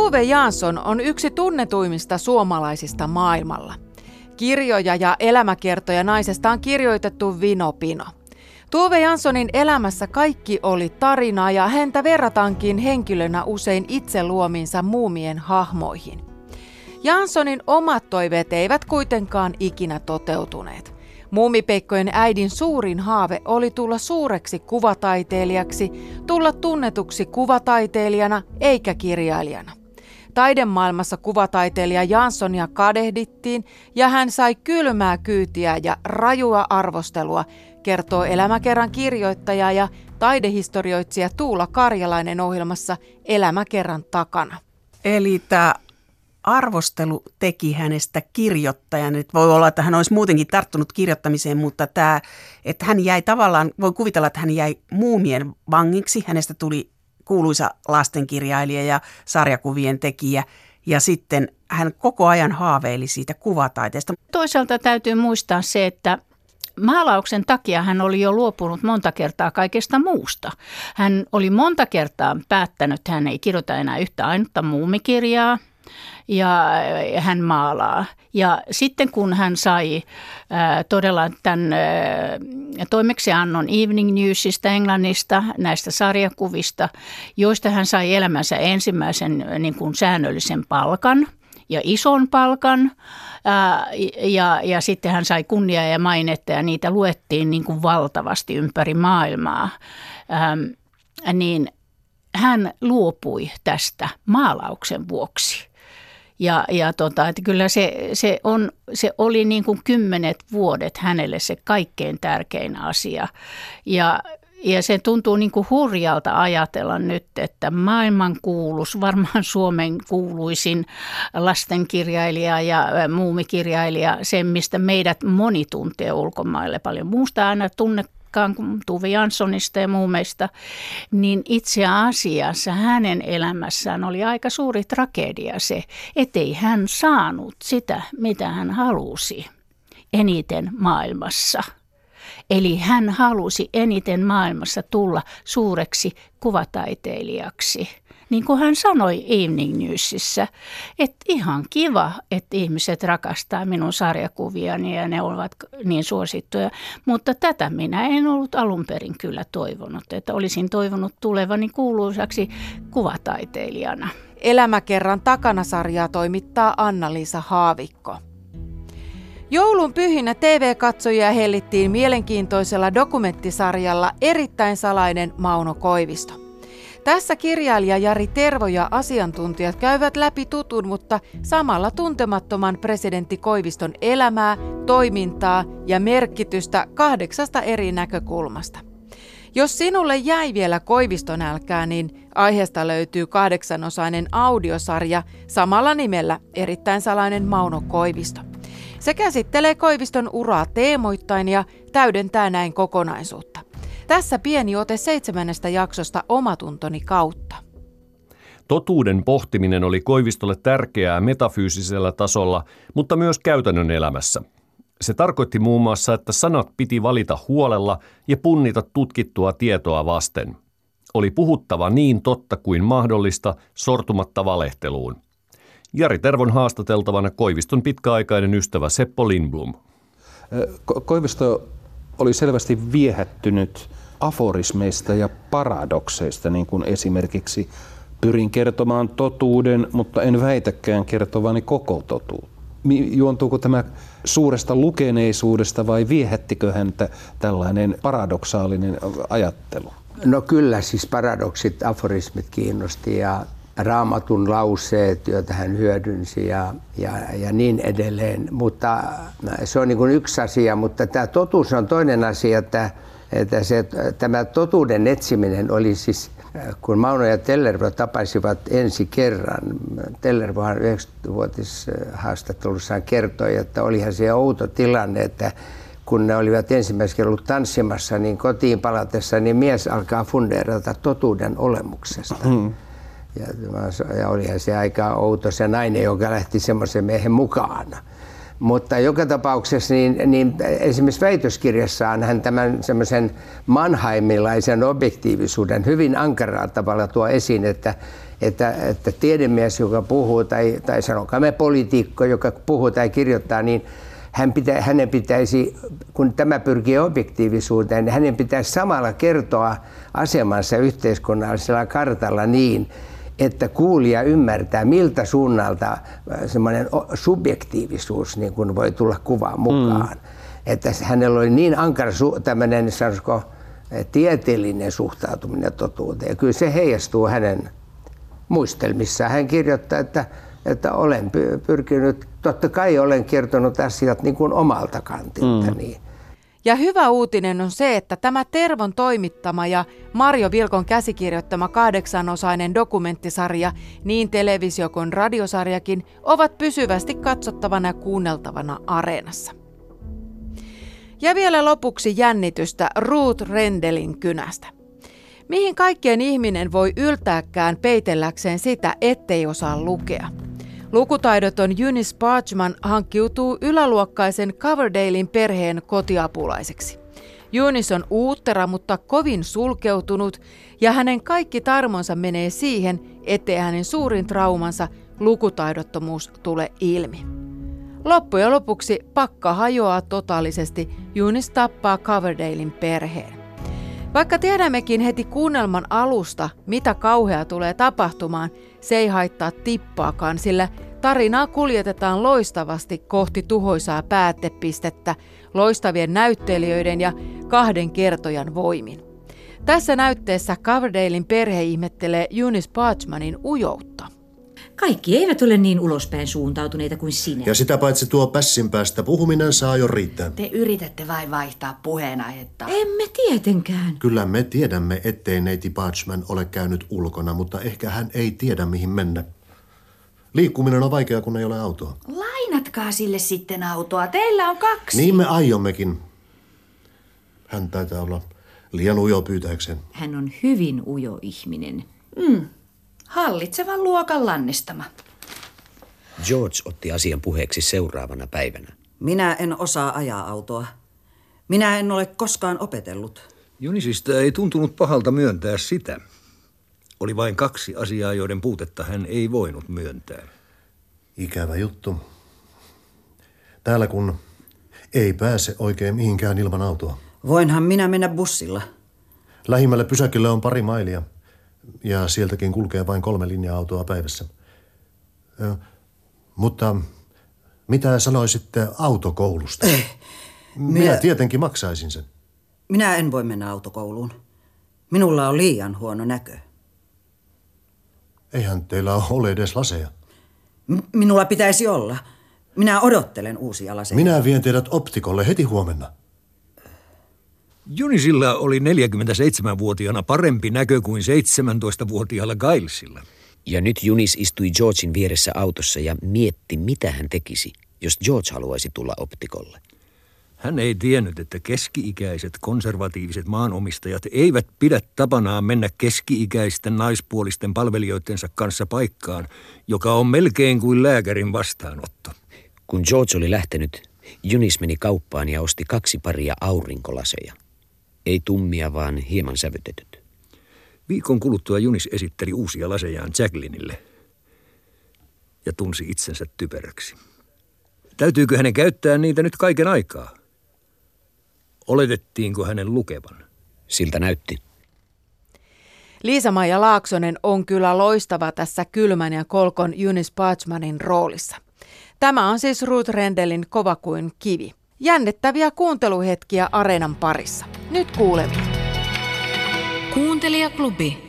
Tove Jansson on yksi tunnetuimmista suomalaisista maailmalla. Kirjoja ja elämäkertoja naisesta on kirjoitettu vino pino. Tove Janssonin elämässä kaikki oli tarinaa ja häntä verrataankin henkilönä usein itse luomiinsa muumien hahmoihin. Janssonin omat toiveet eivät kuitenkaan ikinä toteutuneet. Muumipeikkojen äidin suurin haave oli tulla suureksi kuvataiteilijaksi, tulla tunnetuksi kuvataiteilijana eikä kirjailijana. Taidemaailmassa kuvataiteilija Janssonia kadehdittiin ja hän sai kylmää kyytiä ja rajua arvostelua, kertoo Elämäkerran kirjoittaja ja taidehistorioitsija Tuula Karjalainen ohjelmassa Elämäkerran takana. Eli tämä arvostelu teki hänestä kirjoittajan. Nyt voi olla, että hän olisi muutenkin tarttunut kirjoittamiseen, mutta tämä, että hän jäi tavallaan, voi kuvitella, että hän jäi muumien vangiksi. Hänestä tuli kuuluisa lastenkirjailija ja sarjakuvien tekijä ja sitten hän koko ajan haaveili siitä kuvataiteesta. Toisaalta täytyy muistaa se, että maalauksen takia hän oli jo luopunut monta kertaa kaikesta muusta. Hän oli monta kertaa päättänyt, että hän ei kirjoita enää yhtä ainutta muumikirjaa ja hän maalaa. Ja sitten kun hän sai todella tämän toimeksiannon Evening Newsista Englannista, näistä sarjakuvista, joista hän sai elämänsä ensimmäisen niin kuin säännöllisen palkan ja ison palkan, ja sitten hän sai kunniaa ja mainetta ja niitä luettiin niin kuin valtavasti ympäri maailmaa, niin hän luopui tästä maalauksen vuoksi. Että kyllä se oli niin kuin 10 vuodet hänelle se kaikkein tärkein asia. Ja se tuntuu niin kuin hurjalta ajatella nyt, että maailmankuulus, varmaan Suomen kuuluisin lastenkirjailija ja muumikirjailija, se mistä meidät moni tuntee ulkomaille paljon. Muusta aina tunnekaan kuin Tove Janssonista ja muumeista, niin itse asiassa hänen elämässään oli aika suuri tragedia se, ettei hän saanut sitä, mitä hän halusi eniten maailmassa. Eli hän halusi eniten maailmassa tulla suureksi kuvataiteilijaksi. Niin kuin hän sanoi Evening Newsissä, että ihan kiva, että ihmiset rakastaa minun sarjakuviani ja ne ovat niin suosittuja. Mutta tätä minä en ollut alun perin kyllä toivonut, että olisin toivonut tulevani kuuluisaksi kuvataiteilijana. Elämäkerran takana-sarjaa toimittaa Anna-Liisa Haavikko. Joulun pyhinä TV-katsojia hellittiin mielenkiintoisella dokumenttisarjalla Erittäin salainen Mauno Koivisto. Tässä kirjailija Jari Tervo ja asiantuntijat käyvät läpi tutun, mutta samalla tuntemattoman presidentti Koiviston elämää, toimintaa ja merkitystä 8 eri näkökulmasta. Jos sinulle jäi vielä Koiviston nälkää, niin aiheesta löytyy 8-osainen audiosarja samalla nimellä Erittäin salainen Mauno Koivisto. Se käsittelee Koiviston uraa teemoittain ja täydentää näin kokonaisuutta. Tässä pieni ote 7. jaksosta Omatuntoni kautta. Totuuden pohtiminen oli Koivistolle tärkeää metafyysisellä tasolla, mutta myös käytännön elämässä. Se tarkoitti muun muassa, että sanat piti valita huolella ja punnita tutkittua tietoa vasten. Oli puhuttava niin totta kuin mahdollista, sortumatta valehteluun. Jari Tervon haastateltavana Koiviston pitkäaikainen ystävä Seppo Lindblom. Koivisto oli selvästi viehättynyt aforismeista ja paradokseista, niin kuin esimerkiksi pyrin kertomaan totuuden, mutta en väitäkään kertovani koko totuuden. Juontuuko tämä suuresta lukeneisuudesta vai viehättikö häntä tällainen paradoksaalinen ajattelu? No kyllä, siis paradoksit, aforismit kiinnosti ja Raamatun lauseet, joita hän hyödynsi ja niin edelleen. Mutta se on niin kuin yksi asia, mutta tämä totuus on toinen asia, että tämä totuuden etsiminen oli siis, kun Mauno ja Tellervo tapasivat ensi kerran. Tellervohan 90-vuotishaastattelussaan kertoi, että olihan se outo tilanne, että kun ne olivat ensimmäisen kerran ollut tanssimassa, niin kotiin palatessa niin mies alkaa fundeerata totuuden olemuksesta. Ja olihan se aika outo se nainen, joka lähti semmoisen miehen mukaan. Mutta joka tapauksessa niin esimerkiksi väitöskirjassaan hän tämän semmoisen mannheimilaisen objektiivisuuden hyvin ankaralla tavalla tuo esiin, että että tiedemies, joka puhuu, tai sanokamme poliitikko, joka puhuu tai kirjoittaa, niin hänen pitäisi, kun tämä pyrkii objektiivisuuteen, niin hänen pitäisi samalla kertoa asemansa yhteiskunnallisella kartalla niin, että kuulija ymmärtää, miltä suunnalta semmoinen subjektiivisuus niin kuin voi tulla kuvaan mukaan. Että hänellä oli niin ankara tämmöinen, sanoisiko, tieteellinen suhtautuminen totuuteen. Ja kyllä se heijastuu hänen muistelmissaan. Hän kirjoittaa, että olen pyrkinyt, totta kai olen kertonut asiat niin kuin omalta kantiltani. Ja hyvä uutinen on se, että tämä Tervon toimittama ja Marjo Vilkon käsikirjoittama 8-osainen dokumenttisarja, niin televisio- kuin radiosarjakin, ovat pysyvästi katsottavana ja kuunneltavana Areenassa. Ja vielä lopuksi jännitystä Ruth Rendelin kynästä. Mihin kaikkien ihminen voi yltääkään peitelläkseen sitä, ettei osaa lukea? Lukutaidoton Eunice Parchman hankkiutuu yläluokkaisen Coverdalein perheen kotiapulaiseksi. Eunice on uuttera, mutta kovin sulkeutunut, ja hänen kaikki tarmonsa menee siihen, ettei hänen suurin traumansa, lukutaidottomuus, tule ilmi. Loppujen lopuksi pakka hajoaa totaalisesti, Eunice tappaa Coverdalein perheen. Vaikka tiedämmekin heti kuunnelman alusta, mitä kauheaa tulee tapahtumaan, se ei haittaa tippaakaan, sillä tarinaa kuljetetaan loistavasti kohti tuhoisaa päätepistettä loistavien näyttelijöiden ja 2 kertojan voimin. Tässä näytteessä Coverdalein perhe ihmettelee Eunice Parchmanin ujoutta. Kaikki eivät ole niin ulospäin suuntautuneita kuin sinä. Ja sitä paitsi tuo pässin päästä puhuminen saa jo riittää. Te yritätte vain vaihtaa puheenaihetta. Emme tietenkään. Kyllä me tiedämme, ettei neiti Parchman ole käynyt ulkona, mutta ehkä hän ei tiedä mihin mennä. Liikkuminen on vaikeaa, kun ei ole autoa. Lainatkaa sille sitten autoa. Teillä on 2. Niin me aiommekin. Hän taitaa olla liian ujo pyytääkseen. Hän on hyvin ujo ihminen. Hallitsevan luokan lannistama. George otti asian puheeksi seuraavana päivänä. Minä en osaa ajaa autoa. Minä en ole koskaan opetellut. Euniceista ei tuntunut pahalta myöntää sitä. Oli vain 2 asiaa, joiden puutetta hän ei voinut myöntää. Ikävä juttu. Täällä kun ei pääse oikein mihinkään ilman autoa. Voinhan minä mennä bussilla. Lähimmälle pysäkille on 2 mailia. Ja sieltäkin kulkee vain 3 linja-autoa päivässä. Mutta mitä sanoisitte autokoulusta? Minä tietenkin maksaisin sen. Minä en voi mennä autokouluun. Minulla on liian huono näkö. Eihän teillä ole edes laseja. Minulla pitäisi olla. Minä odottelen uusia laseja. Minä vien teidät optikolle heti huomenna. Eunicella oli 47-vuotiaana parempi näkö kuin 17-vuotiaalla Gilesilla. Ja nyt Eunice istui Georgein vieressä autossa ja mietti, mitä hän tekisi, jos George haluaisi tulla optikolle. Hän ei tiennyt, että keski-ikäiset konservatiiviset maanomistajat eivät pidä tapanaan mennä keski-ikäisten naispuolisten palvelijoittensa kanssa paikkaan, joka on melkein kuin lääkärin vastaanotto. Kun George oli lähtenyt, Eunice meni kauppaan ja osti 2 paria aurinkolaseja. Ei tummia, vaan hieman sävytetyt. Viikon kuluttua Eunice esitteli uusia lasejaan Jacquelinelle ja tunsi itsensä typeräksi. Täytyykö hänen käyttää niitä nyt kaiken aikaa? Oletettiinko hänen lukevan? Siltä näytti. Liisa-Maija Laaksonen on kyllä loistava tässä kylmän ja kolkon Eunice Parchmanin roolissa. Tämä on siis Ruth Rendelin Kova kuin kivi. Jännittäviä kuunteluhetkiä Areenan parissa. Nyt kuulemme. Kuuntelijaklubi.